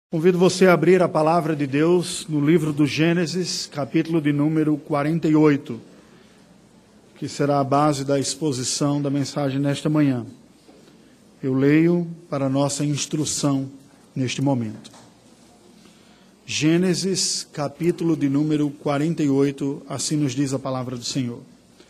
Convido você a abrir a palavra de Deus no livro do Gênesis, capítulo de número 48, que será a base da exposição da mensagem nesta manhã. Eu leio para nossa instrução neste momento. Gênesis, capítulo de número 48, assim nos diz a palavra do Senhor.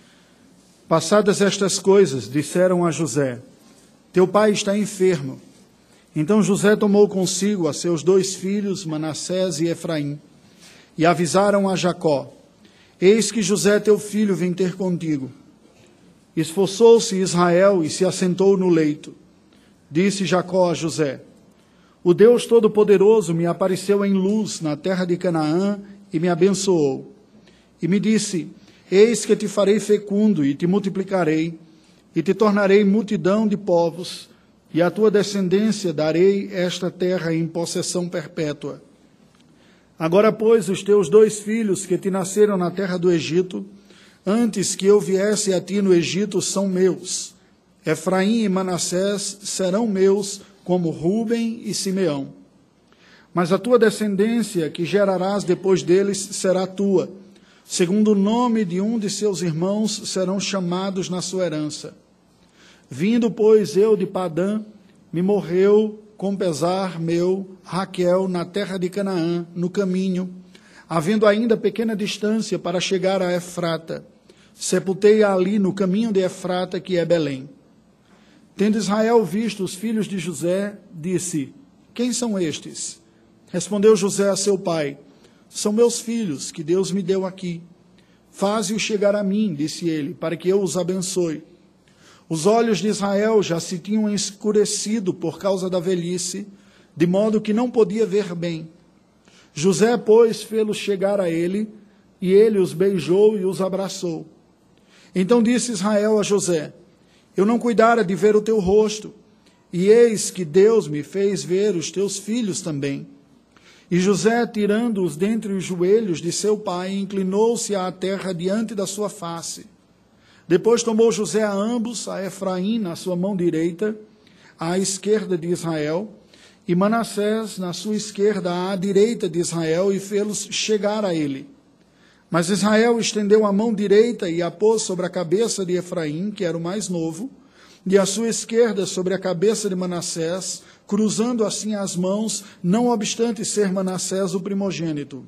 Passadas estas coisas, disseram a José: teu pai está enfermo. Então José tomou consigo a seus dois filhos, Manassés e Efraim, e avisaram a Jacó: eis que José teu filho vem ter contigo. Esforçou-se Israel e se assentou no leito. Disse Jacó a José: o Deus Todo-Poderoso me apareceu em luz na terra de Canaã e me abençoou. E me disse: eis que te farei fecundo e te multiplicarei, e te tornarei multidão de povos, e à tua descendência darei esta terra em possessão perpétua. Agora, pois, os teus dois filhos que te nasceram na terra do Egito, antes que eu viesse a ti no Egito, são meus. Efraim e Manassés serão meus, como Rúben e Simeão. Mas a tua descendência, que gerarás depois deles, será tua. Segundo o nome de um de seus irmãos, serão chamados na sua herança. Vindo, pois, eu de Padã, me morreu, com pesar meu, Raquel, na terra de Canaã, no caminho, havendo ainda pequena distância para chegar a Efrata. Sepultei-a ali no caminho de Efrata, que é Belém. Tendo Israel visto os filhos de José, disse: quem são estes? Respondeu José a seu pai: são meus filhos, que Deus me deu aqui. Faze-os chegar a mim, disse ele, para que eu os abençoe. Os olhos de Israel já se tinham escurecido por causa da velhice, de modo que não podia ver bem. José, pois, fê-los chegar a ele, e ele os beijou e os abraçou. Então disse Israel a José: eu não cuidara de ver o teu rosto, e eis que Deus me fez ver os teus filhos também. E José, tirando-os dentre os joelhos de seu pai, inclinou-se à terra diante da sua face. Depois tomou José a ambos, a Efraim na sua mão direita, à esquerda de Israel, e Manassés na sua esquerda, à direita de Israel, e fê-los chegar a ele. Mas Israel estendeu a mão direita e a pôs sobre a cabeça de Efraim, que era o mais novo, e a sua esquerda sobre a cabeça de Manassés, cruzando assim as mãos, não obstante ser Manassés o primogênito.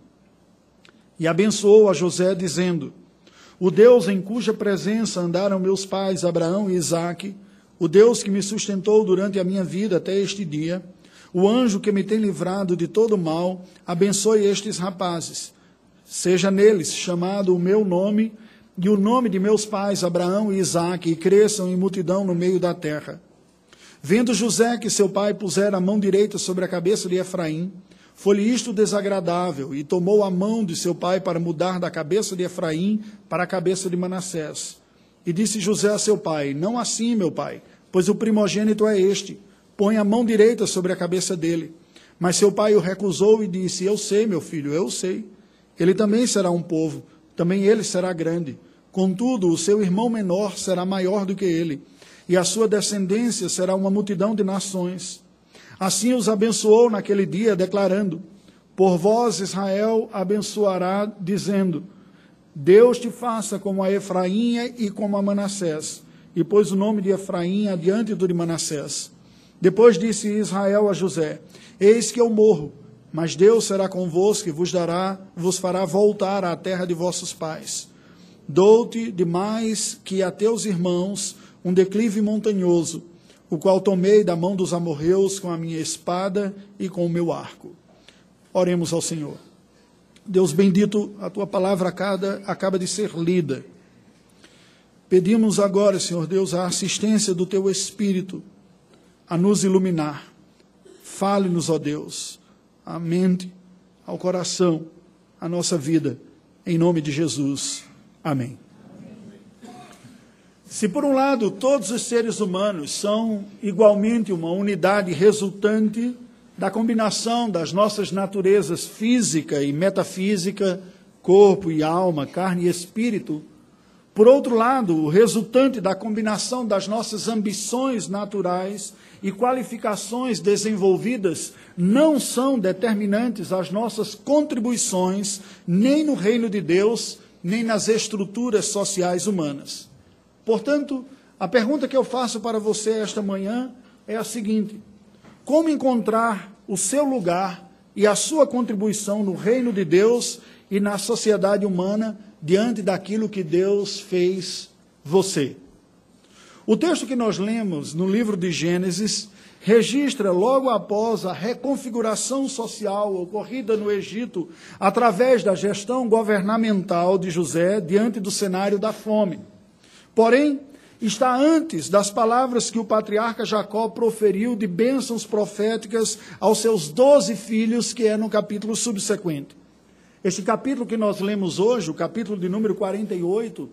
E abençoou a José, dizendo: o Deus em cuja presença andaram meus pais Abraão e Isaque, o Deus que me sustentou durante a minha vida até este dia, o anjo que me tem livrado de todo mal, abençoe estes rapazes. Seja neles chamado o meu nome e o nome de meus pais Abraão e Isaque, e cresçam em multidão no meio da terra. Vendo José que seu pai pusera a mão direita sobre a cabeça de Efraim, foi-lhe isto desagradável, e tomou a mão de seu pai para mudar da cabeça de Efraim para a cabeça de Manassés. E disse José a seu pai: não assim, meu pai, pois o primogênito é este. Põe a mão direita sobre a cabeça dele. Mas seu pai o recusou e disse: eu sei, meu filho, eu sei. Ele também será um povo, também ele será grande. Contudo, o seu irmão menor será maior do que ele, e a sua descendência será uma multidão de nações. Assim os abençoou naquele dia, declarando: por vós Israel abençoará, dizendo: Deus te faça como a Efraim e como a Manassés. E pôs o nome de Efraim adiante do de Manassés. Depois disse Israel a José: eis que eu morro, mas Deus será convosco e vos fará voltar à terra de vossos pais. Dou-te demais que a teus irmãos um declive montanhoso, o qual tomei da mão dos amorreus com a minha espada e com o meu arco. Oremos ao Senhor. Deus bendito, a tua palavra acaba de ser lida. Pedimos agora, Senhor Deus, a assistência do teu Espírito a nos iluminar. Fale-nos, ó Deus, à mente, ao coração, à nossa vida, em nome de Jesus. Amém. Se, por um lado, todos os seres humanos são igualmente uma unidade resultante da combinação das nossas naturezas física e metafísica, corpo e alma, carne e espírito, Por outro lado, o resultante da combinação das nossas ambições naturais e qualificações desenvolvidas não são determinantes às nossas contribuições, nem no reino de Deus, nem nas estruturas sociais humanas. Portanto, a pergunta que eu faço para você esta manhã é a seguinte: como encontrar o seu lugar e a sua contribuição no reino de Deus e na sociedade humana diante daquilo que Deus fez você? O texto que nós lemos no livro de Gênesis registra logo após a reconfiguração social ocorrida no Egito através da gestão governamental de José diante do cenário da fome. Porém, está antes das palavras que o patriarca Jacó proferiu de bênçãos proféticas aos seus 12 filhos, que é no capítulo subsequente. Este capítulo que nós lemos hoje, o capítulo de número 48,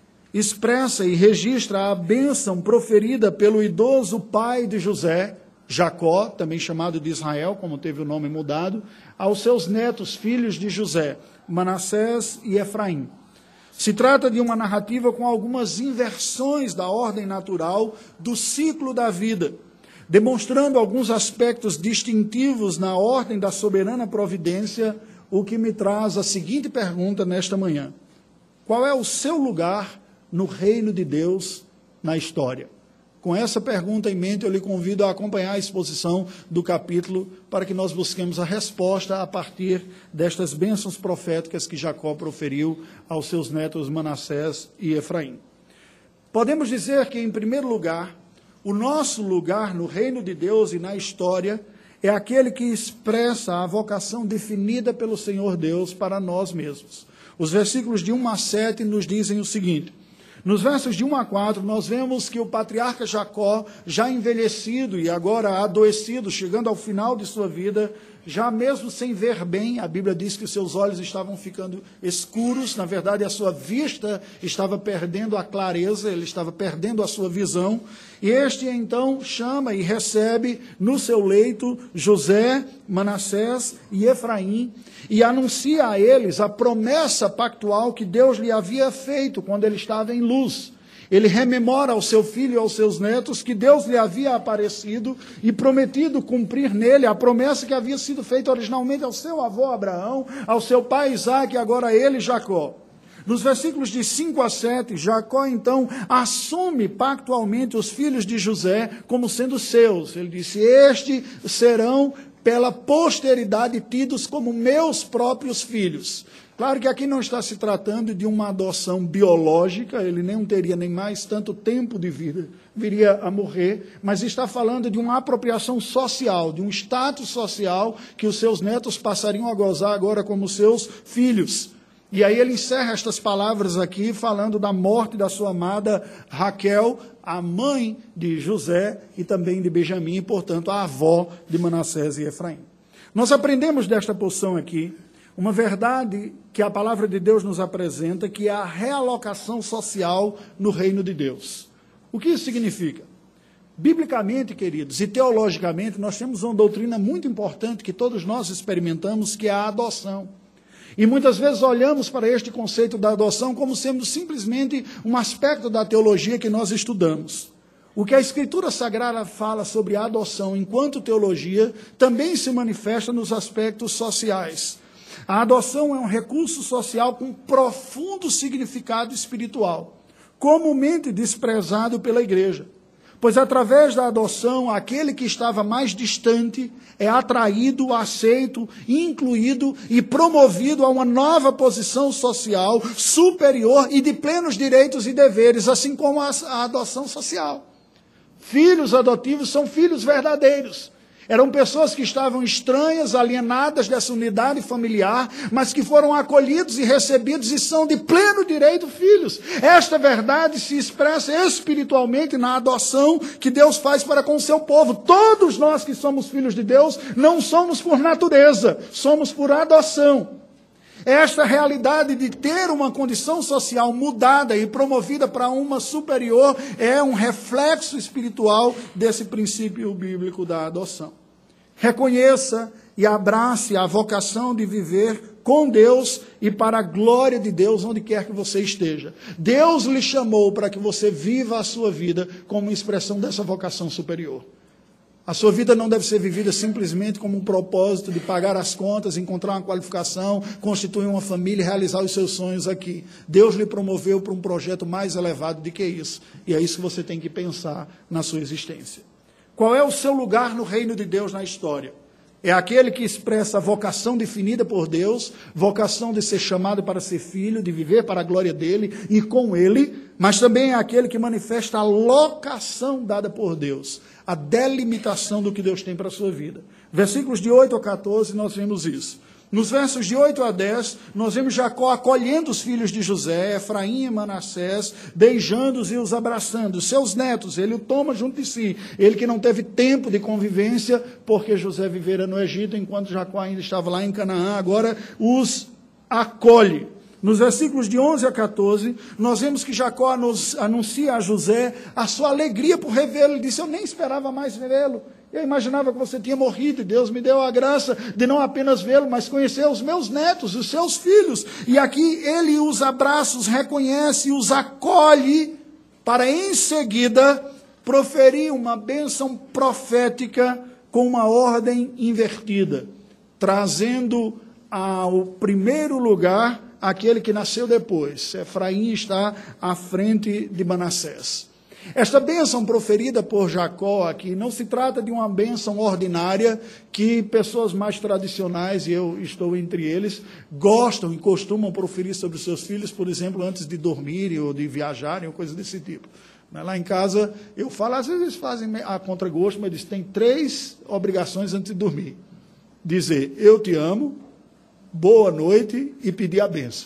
expressa e registra a bênção proferida pelo idoso pai de José, Jacó, também chamado de Israel, como teve o nome mudado, aos seus netos, filhos de José, Manassés e Efraim. Se trata de uma narrativa com algumas inversões da ordem natural do ciclo da vida, demonstrando alguns aspectos distintivos na ordem da soberana providência, o que me traz a seguinte pergunta nesta manhã: qual é o seu lugar no reino de Deus na história? Com essa pergunta em mente, eu lhe convido a acompanhar a exposição do capítulo para que nós busquemos a resposta a partir destas bênçãos proféticas que Jacó proferiu aos seus netos Manassés e Efraim. Podemos dizer que, em primeiro lugar, o nosso lugar no reino de Deus e na história é aquele que expressa a vocação definida pelo Senhor Deus para nós mesmos. Os versículos de 1 a 7 nos dizem o seguinte: nos versos de 1 a 4, nós vemos que o patriarca Jacó, já envelhecido e agora adoecido, chegando ao final de sua vida, já mesmo sem ver bem, a Bíblia diz que os seus olhos estavam ficando escuros, na verdade a sua vista estava perdendo a clareza, ele estava perdendo a sua visão, e este então chama e recebe no seu leito José, Manassés e Efraim, e anuncia a eles a promessa pactual que Deus lhe havia feito quando ele estava em luz. Ele rememora ao seu filho e aos seus netos que Deus lhe havia aparecido e prometido cumprir nele a promessa que havia sido feita originalmente ao seu avô Abraão, ao seu pai Isaque e agora a ele, Jacó. Nos versículos de 5 a 7, Jacó então assume pactualmente os filhos de José como sendo seus. Ele disse: estes serão pela posteridade tidos como meus próprios filhos. Claro que aqui não está se tratando de uma adoção biológica, ele não teria nem mais tanto tempo de vida, viria a morrer, mas está falando de uma apropriação social, de um status social que os seus netos passariam a gozar agora como seus filhos. E aí ele encerra estas palavras aqui, falando da morte da sua amada Raquel, a mãe de José e também de Benjamim, e, portanto, a avó de Manassés e Efraim. Nós aprendemos desta porção aqui uma verdade que a palavra de Deus nos apresenta, que é a realocação social no reino de Deus. O que isso significa? Biblicamente, queridos, e teologicamente, nós temos uma doutrina muito importante que todos nós experimentamos, que é a adoção. E muitas vezes olhamos para este conceito da adoção como sendo simplesmente um aspecto da teologia que nós estudamos. O que a Escritura Sagrada fala sobre a adoção enquanto teologia também se manifesta nos aspectos sociais. A adoção é um recurso social com profundo significado espiritual, comumente desprezado pela igreja. Pois através da adoção, aquele que estava mais distante é atraído, aceito, incluído e promovido a uma nova posição social superior e de plenos direitos e deveres, assim como a adoção social. Filhos adotivos são filhos verdadeiros. Eram pessoas que estavam estranhas, alienadas dessa unidade familiar, mas que foram acolhidos e recebidos e são de pleno direito filhos. Esta verdade se expressa espiritualmente na adoção que Deus faz para com o seu povo. Todos nós que somos filhos de Deus não somos por natureza, somos por adoção. Esta realidade de ter uma condição social mudada e promovida para uma superior é um reflexo espiritual desse princípio bíblico da adoção. Reconheça e abrace a vocação de viver com Deus e para a glória de Deus onde quer que você esteja. Deus lhe chamou para que você viva a sua vida como expressão dessa vocação superior. A sua vida não deve ser vivida simplesmente como um propósito de pagar as contas, encontrar uma qualificação, constituir uma família e realizar os seus sonhos aqui. Deus lhe promoveu para um projeto mais elevado do que isso. E é isso que você tem que pensar na sua existência. Qual é o seu lugar no reino de Deus na história? É aquele que expressa a vocação definida por Deus, vocação de ser chamado para ser filho, de viver para a glória dele e com ele, mas também é aquele que manifesta a locação dada por Deus, a delimitação do que Deus tem para a sua vida. Versículos de 8 a 14, nós vemos isso. Nos versos de 8 a 10, nós vemos Jacó acolhendo os filhos de José, Efraim e Manassés, beijando-os e os abraçando. Seus netos, ele o toma junto de si. Ele que não teve tempo de convivência, porque José vivera no Egito, enquanto Jacó ainda estava lá em Canaã, agora os acolhe. Nos versículos de 11 a 14, nós vemos que Jacó anuncia a José a sua alegria por revê-lo. Ele disse, eu nem esperava mais vê-lo. Eu imaginava que você tinha morrido e Deus me deu a graça de não apenas vê-lo, mas conhecer os meus netos, os seus filhos. E aqui ele os abraça, os reconhece, os acolhe para em seguida proferir uma bênção profética com uma ordem invertida, trazendo ao primeiro lugar aquele que nasceu depois. Efraim está à frente de Manassés. Esta bênção proferida por Jacó aqui não se trata de uma bênção ordinária que pessoas mais tradicionais, e eu estou entre eles, gostam e costumam proferir sobre os seus filhos, por exemplo, antes de dormirem ou de viajarem, ou coisa desse tipo. Lá em casa, eu falo, às vezes eles fazem a contragosto, mas eles têm 3 obrigações antes de dormir. Dizer, eu te amo, boa noite e pedir a bênção.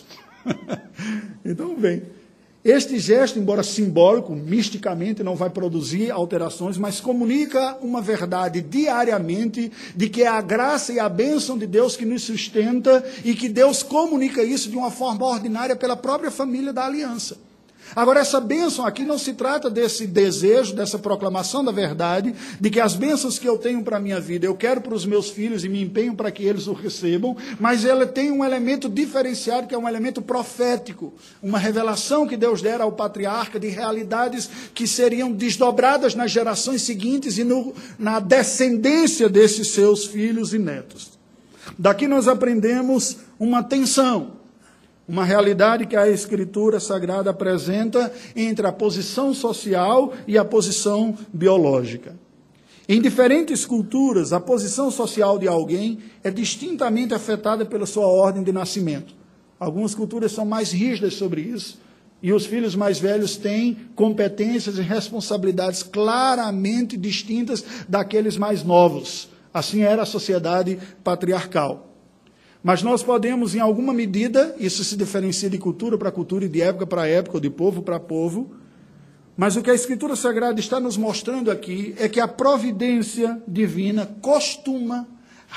Então, vem. Este gesto, embora simbólico, misticamente não vai produzir alterações, mas comunica uma verdade diariamente de que é a graça e a bênção de Deus que nos sustenta e que Deus comunica isso de uma forma ordinária pela própria família da aliança. Agora, essa bênção aqui não se trata desse desejo, dessa proclamação da verdade, de que as bênçãos que eu tenho para a minha vida, eu quero para os meus filhos e me empenho para que eles o recebam, mas ela tem um elemento diferenciado, que é um elemento profético, uma revelação que Deus dera ao patriarca de realidades que seriam desdobradas nas gerações seguintes e na descendência desses seus filhos e netos. Daqui nós aprendemos uma tensão, uma realidade que a Escritura Sagrada apresenta entre a posição social e a posição biológica. Em diferentes culturas, a posição social de alguém é distintamente afetada pela sua ordem de nascimento. Algumas culturas são mais rígidas sobre isso, e os filhos mais velhos têm competências e responsabilidades claramente distintas daqueles mais novos. Assim era a sociedade patriarcal. Mas nós podemos, em alguma medida, isso se diferencia de cultura para cultura e de época para época, ou de povo para povo, mas o que a Escritura Sagrada está nos mostrando aqui é que a providência divina costuma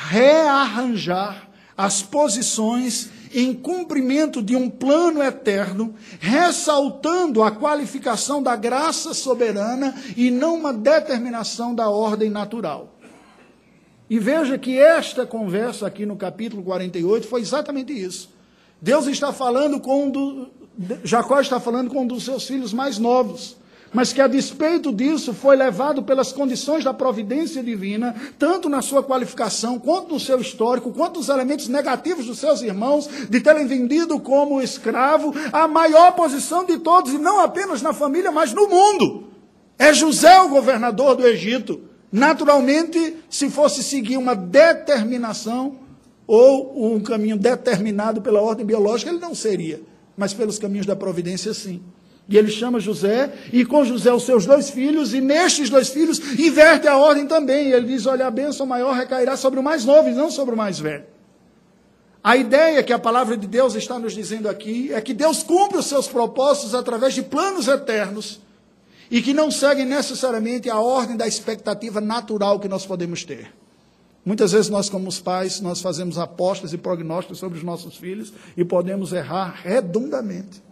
rearranjar as posições em cumprimento de um plano eterno, ressaltando a qualificação da graça soberana e não uma determinação da ordem natural. E veja que esta conversa aqui no capítulo 48 foi exatamente isso. Deus está falando Jacó está falando com um dos seus filhos mais novos, mas que a despeito disso foi levado pelas condições da providência divina, tanto na sua qualificação, quanto no seu histórico, quanto nos elementos negativos dos seus irmãos, de terem vendido como escravo, a maior posição de todos, e não apenas na família, mas no mundo. É José o governador do Egito. Naturalmente, se fosse seguir uma determinação ou um caminho determinado pela ordem biológica, ele não seria, mas pelos caminhos da providência, sim. E ele chama José, e com José os seus 2 filhos, e nestes 2 filhos inverte a ordem também. E ele diz, olha, a bênção maior recairá sobre o mais novo e não sobre o mais velho. A ideia que a palavra de Deus está nos dizendo aqui é que Deus cumpre os seus propósitos através de planos eternos, e que não seguem necessariamente a ordem da expectativa natural que nós podemos ter. Muitas vezes nós, como os pais, nós fazemos apostas e prognósticos sobre os nossos filhos e podemos errar redondamente,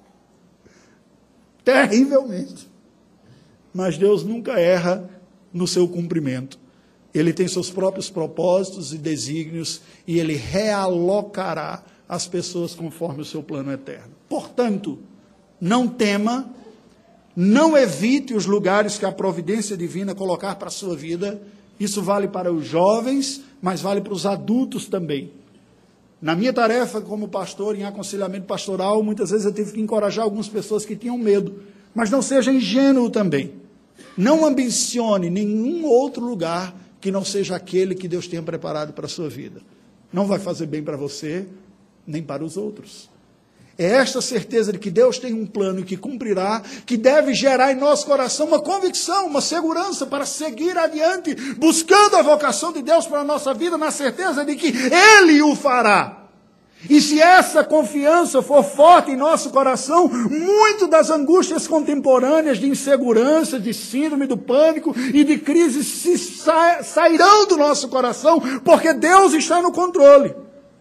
terrivelmente. Mas Deus nunca erra no seu cumprimento. Ele tem seus próprios propósitos e desígnios e Ele realocará as pessoas conforme o seu plano eterno. Portanto, não tema, não evite os lugares que a providência divina colocar para a sua vida. Isso vale para os jovens, mas vale para os adultos também. Na minha tarefa como pastor, em aconselhamento pastoral, muitas vezes eu tive que encorajar algumas pessoas que tinham medo. Mas não seja ingênuo também. Não ambicione nenhum outro lugar que não seja aquele que Deus tenha preparado para a sua vida. Não vai fazer bem para você, nem para os outros. É esta certeza de que Deus tem um plano que cumprirá, que deve gerar em nosso coração uma convicção, uma segurança para seguir adiante, buscando a vocação de Deus para a nossa vida, na certeza de que Ele o fará. E se essa confiança for forte em nosso coração, muito das angústias contemporâneas de insegurança, de síndrome do pânico e de crise sairão do nosso coração, porque Deus está no controle.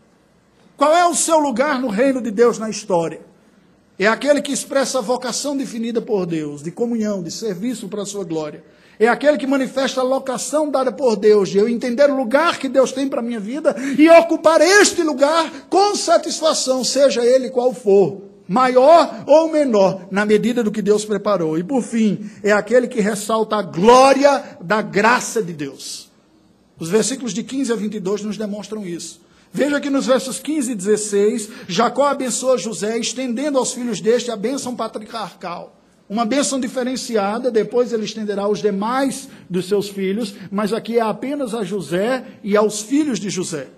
Qual é o seu lugar no reino de Deus na história? É aquele que expressa a vocação definida por Deus, de comunhão, de serviço para a sua glória. É aquele que manifesta a locação dada por Deus, de eu entender o lugar que Deus tem para a minha vida e ocupar este lugar com satisfação, seja ele qual for, maior ou menor, na medida do que Deus preparou. E por fim, é aquele que ressalta a glória da graça de Deus. Os versículos de 15 a 22 nos demonstram isso. Veja que nos versos 15 e 16, Jacó abençoa José, estendendo aos filhos deste a bênção patriarcal. Uma bênção diferenciada, depois ele estenderá aos demais dos seus filhos, mas aqui é apenas a José e aos filhos de José.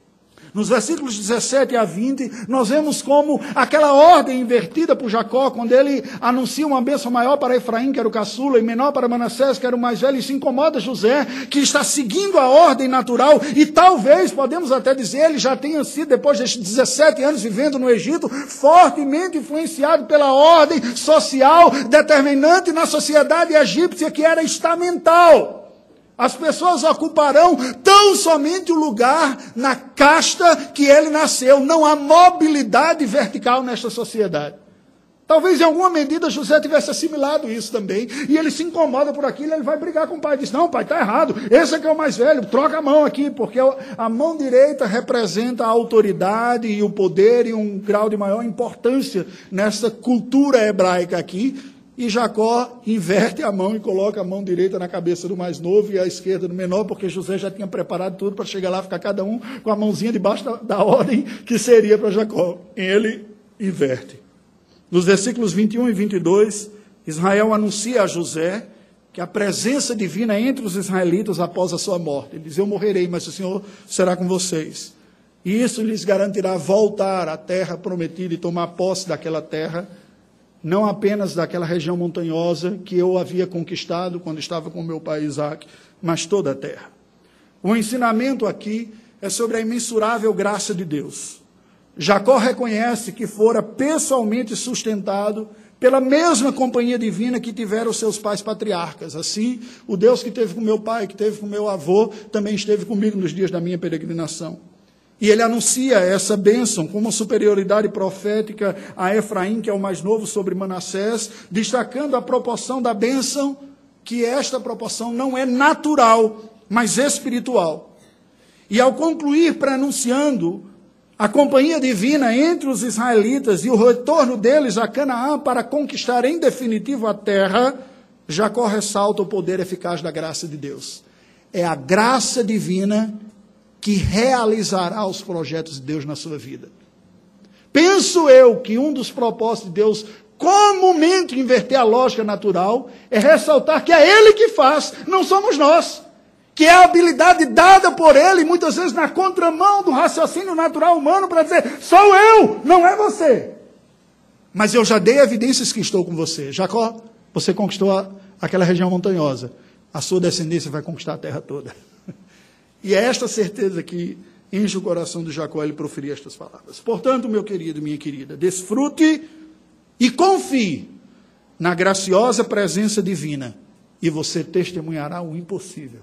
Nos versículos 17 a 20, nós vemos como aquela ordem invertida por Jacó, quando ele anuncia uma bênção maior para Efraim, que era o caçula, e menor para Manassés, que era o mais velho, e se incomoda José, que está seguindo a ordem natural, e talvez, podemos até dizer, ele já tenha sido, depois destes 17 anos vivendo no Egito, fortemente influenciado pela ordem social determinante na sociedade egípcia, que era estamental. As pessoas ocuparão tão somente o lugar na casta que ele nasceu. Não há mobilidade vertical nesta sociedade. Talvez em alguma medida José tivesse assimilado isso também. E ele se incomoda por aquilo, ele vai brigar com o pai. Diz, não, pai, está errado. Esse aqui é o mais velho, troca a mão aqui. Porque a mão direita representa a autoridade e o poder e um grau de maior importância nessa cultura hebraica aqui. E Jacó inverte a mão e coloca a mão direita na cabeça do mais novo e a esquerda do menor, porque José já tinha preparado tudo para chegar lá, ficar cada um com a mãozinha debaixo da ordem que seria para Jacó. Ele inverte. Nos versículos 21 e 22, Israel anuncia a José que a presença divina entre os israelitas após a sua morte. Ele diz, eu morrerei, mas o Senhor será com vocês. E isso lhes garantirá voltar à terra prometida e tomar posse daquela terra, não apenas daquela região montanhosa que eu havia conquistado quando estava com meu pai Isaac, mas toda a terra. O ensinamento aqui é sobre a imensurável graça de Deus. Jacó reconhece que fora pessoalmente sustentado pela mesma companhia divina que tiveram os seus pais patriarcas. Assim, o Deus que teve com meu pai, que teve com meu avô, também esteve comigo nos dias da minha peregrinação. E ele anuncia essa bênção com uma superioridade profética a Efraim, que é o mais novo, sobre Manassés, destacando a proporção da bênção, que esta proporção não é natural, mas espiritual. E ao concluir prenunciando a companhia divina entre os israelitas e o retorno deles a Canaã para conquistar em definitivo a terra, Jacó ressalta o poder eficaz da graça de Deus. É a graça divina que realizará os projetos de Deus na sua vida. Penso eu que um dos propósitos de Deus, comumente inverter a lógica natural, é ressaltar que é Ele que faz, não somos nós. Que é a habilidade dada por Ele, muitas vezes na contramão do raciocínio natural humano, para dizer, sou eu, não é você. Mas eu já dei evidências que estou com você. Jacó, você conquistou aquela região montanhosa. A sua descendência vai conquistar a terra toda. E é esta certeza que enche o coração de Jacó ele proferir estas palavras. Portanto, meu querido e minha querida, desfrute e confie na graciosa presença divina e você testemunhará o impossível.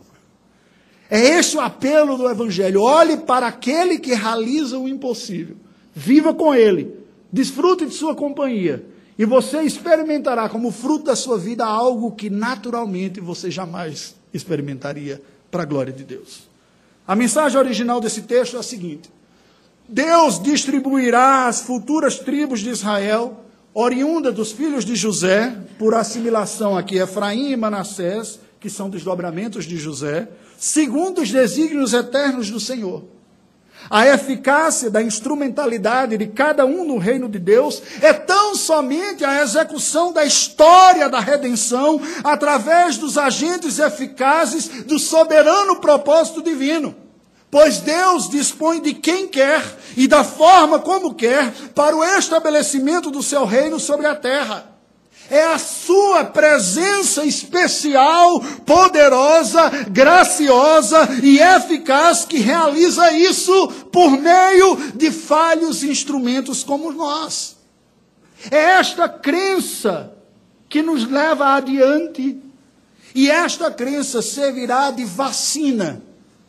É este o apelo do Evangelho. Olhe para aquele que realiza o impossível. Viva com ele. Desfrute de sua companhia. E você experimentará como fruto da sua vida algo que naturalmente você jamais experimentaria para a glória de Deus. A mensagem original desse texto é a seguinte: Deus distribuirá as futuras tribos de Israel, oriunda dos filhos de José, por assimilação aqui, Efraim e Manassés, que são desdobramentos de José, segundo os desígnios eternos do Senhor. A eficácia da instrumentalidade de cada um no reino de Deus é tão somente a execução da história da redenção através dos agentes eficazes do soberano propósito divino. Pois Deus dispõe de quem quer e da forma como quer para o estabelecimento do seu reino sobre a terra. É a sua presença especial, poderosa, graciosa e eficaz que realiza isso por meio de falhos instrumentos como nós. É esta crença que nos leva adiante, e esta crença servirá de vacina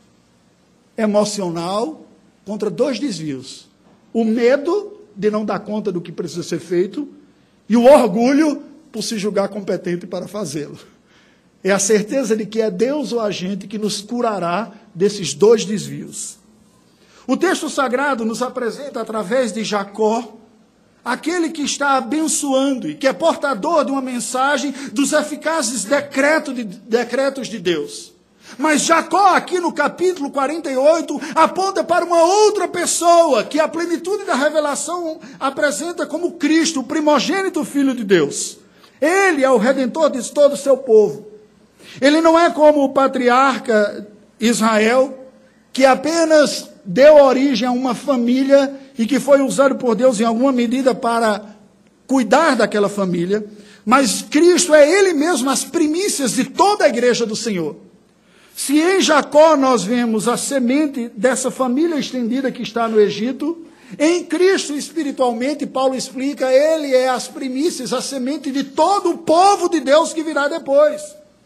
emocional contra dois desvios: o medo de não dar conta do que precisa ser feito e o orgulho por se julgar competente para fazê-lo. É a certeza de que é Deus ou a gente que nos curará desses dois desvios. O texto sagrado nos apresenta, através de Jacó, aquele que está abençoando e que é portador de uma mensagem dos eficazes decretos de Deus. Mas Jacó, aqui no capítulo 48, aponta para uma outra pessoa que a plenitude da revelação apresenta como Cristo, o primogênito Filho de Deus. Ele é o redentor de todo o seu povo. Ele não é como o patriarca Israel, que apenas deu origem a uma família e que foi usado por Deus em alguma medida para cuidar daquela família, mas Cristo é Ele mesmo as primícias de toda a igreja do Senhor. Se em Jacó nós vemos a semente dessa família estendida que está no Egito, em Cristo espiritualmente, Paulo explica, Ele é as primícias, a semente de todo o povo de Deus que virá depois.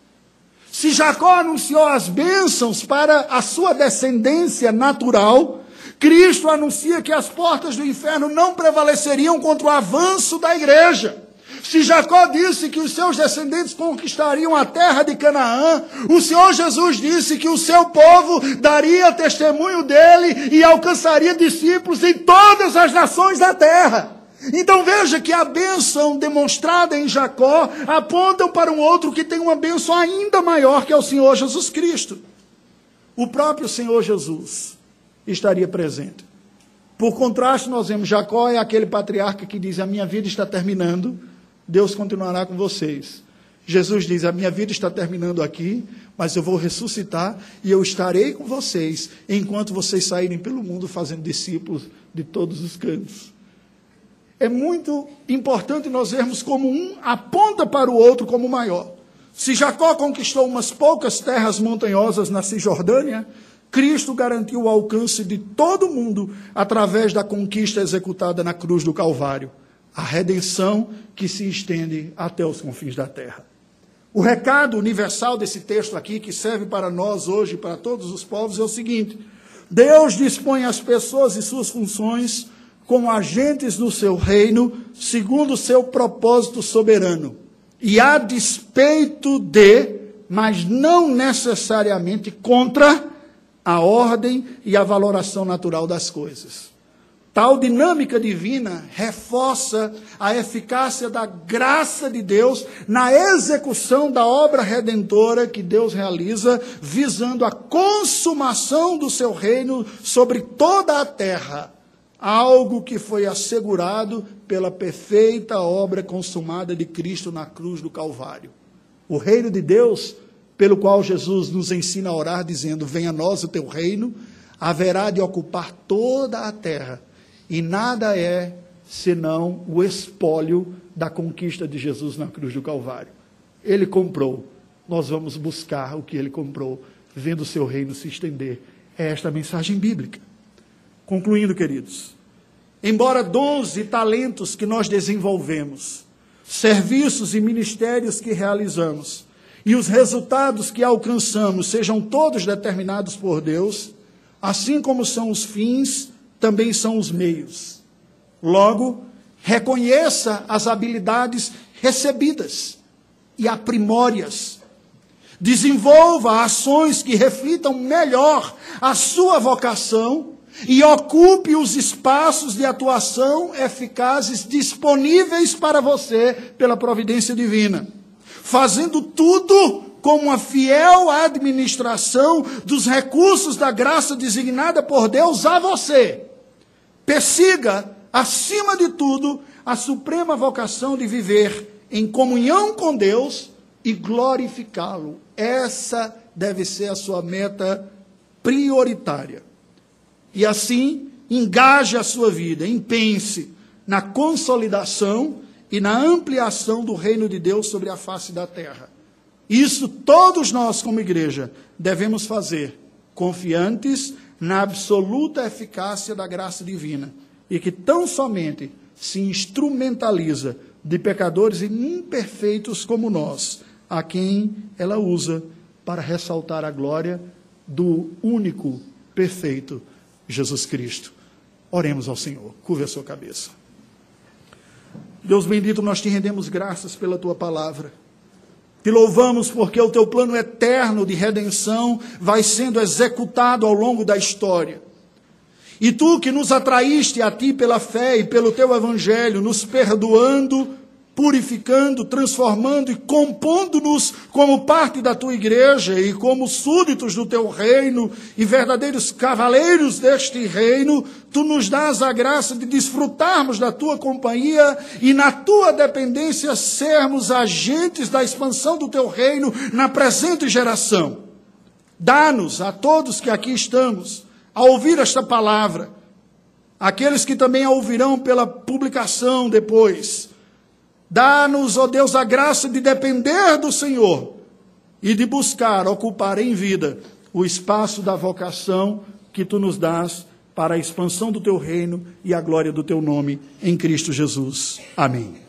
Se Jacó anunciou as bênçãos para a sua descendência natural, Cristo anuncia que as portas do inferno não prevaleceriam contra o avanço da igreja. Se Jacó disse que os seus descendentes conquistariam a terra de Canaã, o Senhor Jesus disse que o seu povo daria testemunho dele e alcançaria discípulos em todas as nações da terra. Então veja que a bênção demonstrada em Jacó aponta para um outro que tem uma bênção ainda maior, que é o Senhor Jesus Cristo. O próprio Senhor Jesus estaria presente. Por contraste, nós vemos Jacó é aquele patriarca que diz: a minha vida está terminando, Deus continuará com vocês. Jesus diz: a minha vida está terminando aqui, mas eu vou ressuscitar e eu estarei com vocês enquanto vocês saírem pelo mundo fazendo discípulos de todos os cantos. É muito importante nós vermos como um aponta para o outro como maior. Se Jacó conquistou umas poucas terras montanhosas na Cisjordânia, Cristo garantiu o alcance de todo mundo através da conquista executada na cruz do Calvário. A redenção que se estende até os confins da terra. O recado universal desse texto aqui, que serve para nós hoje, para todos os povos, é o seguinte: Deus dispõe as pessoas e suas funções como agentes do seu reino, segundo o seu propósito soberano. E a despeito de, mas não necessariamente contra, a ordem e a valoração natural das coisas. Tal dinâmica divina reforça a eficácia da graça de Deus na execução da obra redentora que Deus realiza, visando a consumação do seu reino sobre toda a terra, algo que foi assegurado pela perfeita obra consumada de Cristo na cruz do Calvário. O reino de Deus, pelo qual Jesus nos ensina a orar, dizendo: venha a nós o teu reino, haverá de ocupar toda a terra. E nada é senão o espólio da conquista de Jesus na cruz do Calvário. Ele comprou, nós vamos buscar o que ele comprou, vendo o seu reino se estender. É esta a mensagem bíblica. Concluindo, queridos, embora dons e talentos que nós desenvolvemos, serviços e ministérios que realizamos, e os resultados que alcançamos sejam todos determinados por Deus, assim como são os fins, também são os meios. Logo, reconheça as habilidades recebidas e aprimore-as. Desenvolva ações que reflitam melhor a sua vocação e ocupe os espaços de atuação eficazes disponíveis para você pela providência divina, fazendo tudo com uma fiel administração dos recursos da graça designada por Deus a você. Persiga, acima de tudo, a suprema vocação de viver em comunhão com Deus e glorificá-lo. Essa deve ser a sua meta prioritária. E assim, engaje a sua vida, empenhe-se na consolidação e na ampliação do reino de Deus sobre a face da terra. Isso todos nós, como igreja, devemos fazer, confiantes na absoluta eficácia da graça divina, e que tão somente se instrumentaliza de pecadores imperfeitos como nós, a quem ela usa para ressaltar a glória do único, perfeito Jesus Cristo. Oremos ao Senhor. Curve a sua cabeça. Deus bendito, nós te rendemos graças pela tua palavra. Te louvamos porque o teu plano eterno de redenção vai sendo executado ao longo da história. E tu que nos atraíste a ti pela fé e pelo teu evangelho, nos perdoando, purificando, transformando e compondo-nos como parte da tua igreja e como súditos do teu reino e verdadeiros cavaleiros deste reino, tu nos dás a graça de desfrutarmos da tua companhia e na tua dependência sermos agentes da expansão do teu reino na presente geração. Dá-nos a todos que aqui estamos a ouvir esta palavra, aqueles que também a ouvirão pela publicação depois. Dá-nos, ó Deus, a graça de depender do Senhor e de buscar ocupar em vida o espaço da vocação que tu nos dás para a expansão do teu reino e a glória do teu nome em Cristo Jesus. Amém.